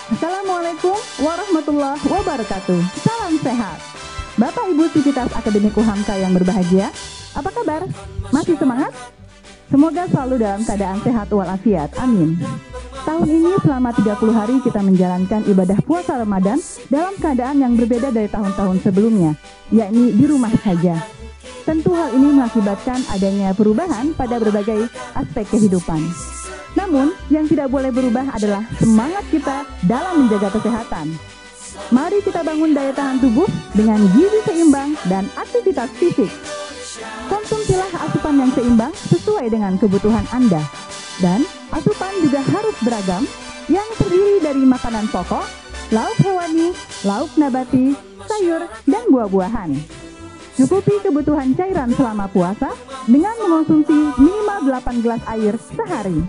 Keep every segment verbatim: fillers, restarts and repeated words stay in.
Assalamualaikum warahmatullahi wabarakatuh. Salam sehat. Bapak Ibu Sivitas Akademik U H A M K yang berbahagia, apa kabar? Masih semangat? Semoga selalu dalam keadaan sehat walafiat. Amin. Tahun ini selama tiga puluh hari kita menjalankan ibadah puasa Ramadan dalam keadaan yang berbeda dari tahun-tahun sebelumnya, yakni di rumah saja. Tentu hal ini mengakibatkan adanya perubahan pada berbagai aspek kehidupan. Namun, yang tidak boleh berubah adalah semangat kita dalam menjaga kesehatan. Mari kita bangun daya tahan tubuh dengan gizi seimbang dan aktivitas fisik. Konsumsilah asupan yang seimbang sesuai dengan kebutuhan Anda. Dan asupan juga harus beragam, yang terdiri dari makanan pokok, lauk hewani, lauk nabati, sayur, dan buah-buahan. Cukupi kebutuhan cairan selama puasa dengan mengonsumsi minimal delapan gelas air sehari.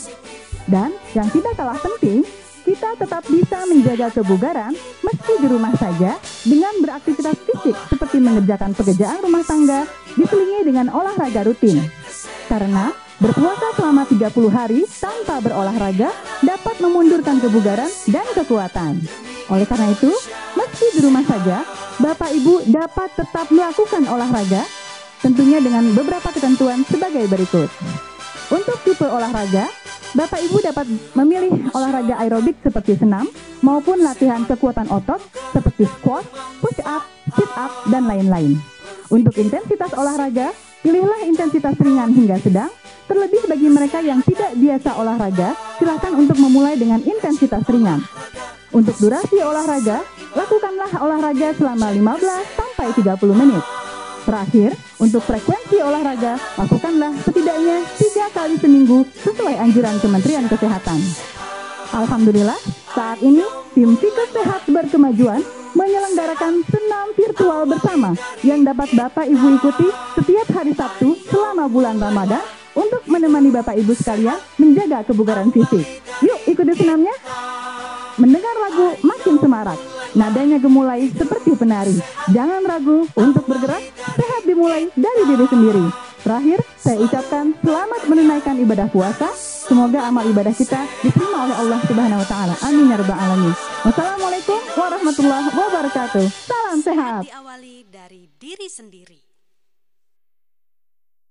Dan yang tidak kalah penting, kita tetap bisa menjaga kebugaran meski di rumah saja dengan beraktivitas fisik seperti mengerjakan pekerjaan rumah tangga diselingi dengan olahraga rutin. Karena berpuasa selama tiga puluh hari tanpa berolahraga dapat memundurkan kebugaran dan kekuatan. Oleh karena itu, meski di rumah saja, Bapak Ibu dapat tetap melakukan olahraga, tentunya dengan beberapa ketentuan sebagai berikut. Untuk tipe olahraga, Bapak Ibu dapat memilih olahraga aerobik seperti senam, maupun latihan kekuatan otot seperti squat, push up, sit up, dan lain-lain. Untuk intensitas olahraga, pilihlah intensitas ringan hingga sedang. Terlebih bagi mereka yang tidak biasa olahraga, silakan untuk memulai dengan intensitas ringan. Untuk durasi olahraga, lakukanlah olahraga selama lima belas sampai tiga puluh menit. Terakhir, untuk frekuensi olahraga, lakukanlah setidaknya tiga kali seminggu sesuai anjuran Kementerian Kesehatan. Alhamdulillah, saat ini tim Fikes Sehat Berkemajuan menyelenggarakan senam virtual bersama yang dapat Bapak Ibu ikuti setiap hari Sabtu selama bulan Ramadan untuk menemani Bapak Ibu sekalian menjaga kebugaran fisik. Yuk ikuti senamnya. Mendengar lagu makin semarak, nadanya gemulai seperti penari. Jangan ragu untuk bergerak, sehat dimulai dari diri sendiri. Terakhir, saya ucapkan selamat menunaikan ibadah puasa. Semoga amal ibadah kita diterima oleh Allah Subhanahu wa taala. Amin ya rabbal alamin. Wassalamualaikum warahmatullahi wabarakatuh. Salam sehat. Diawali dari diri sendiri.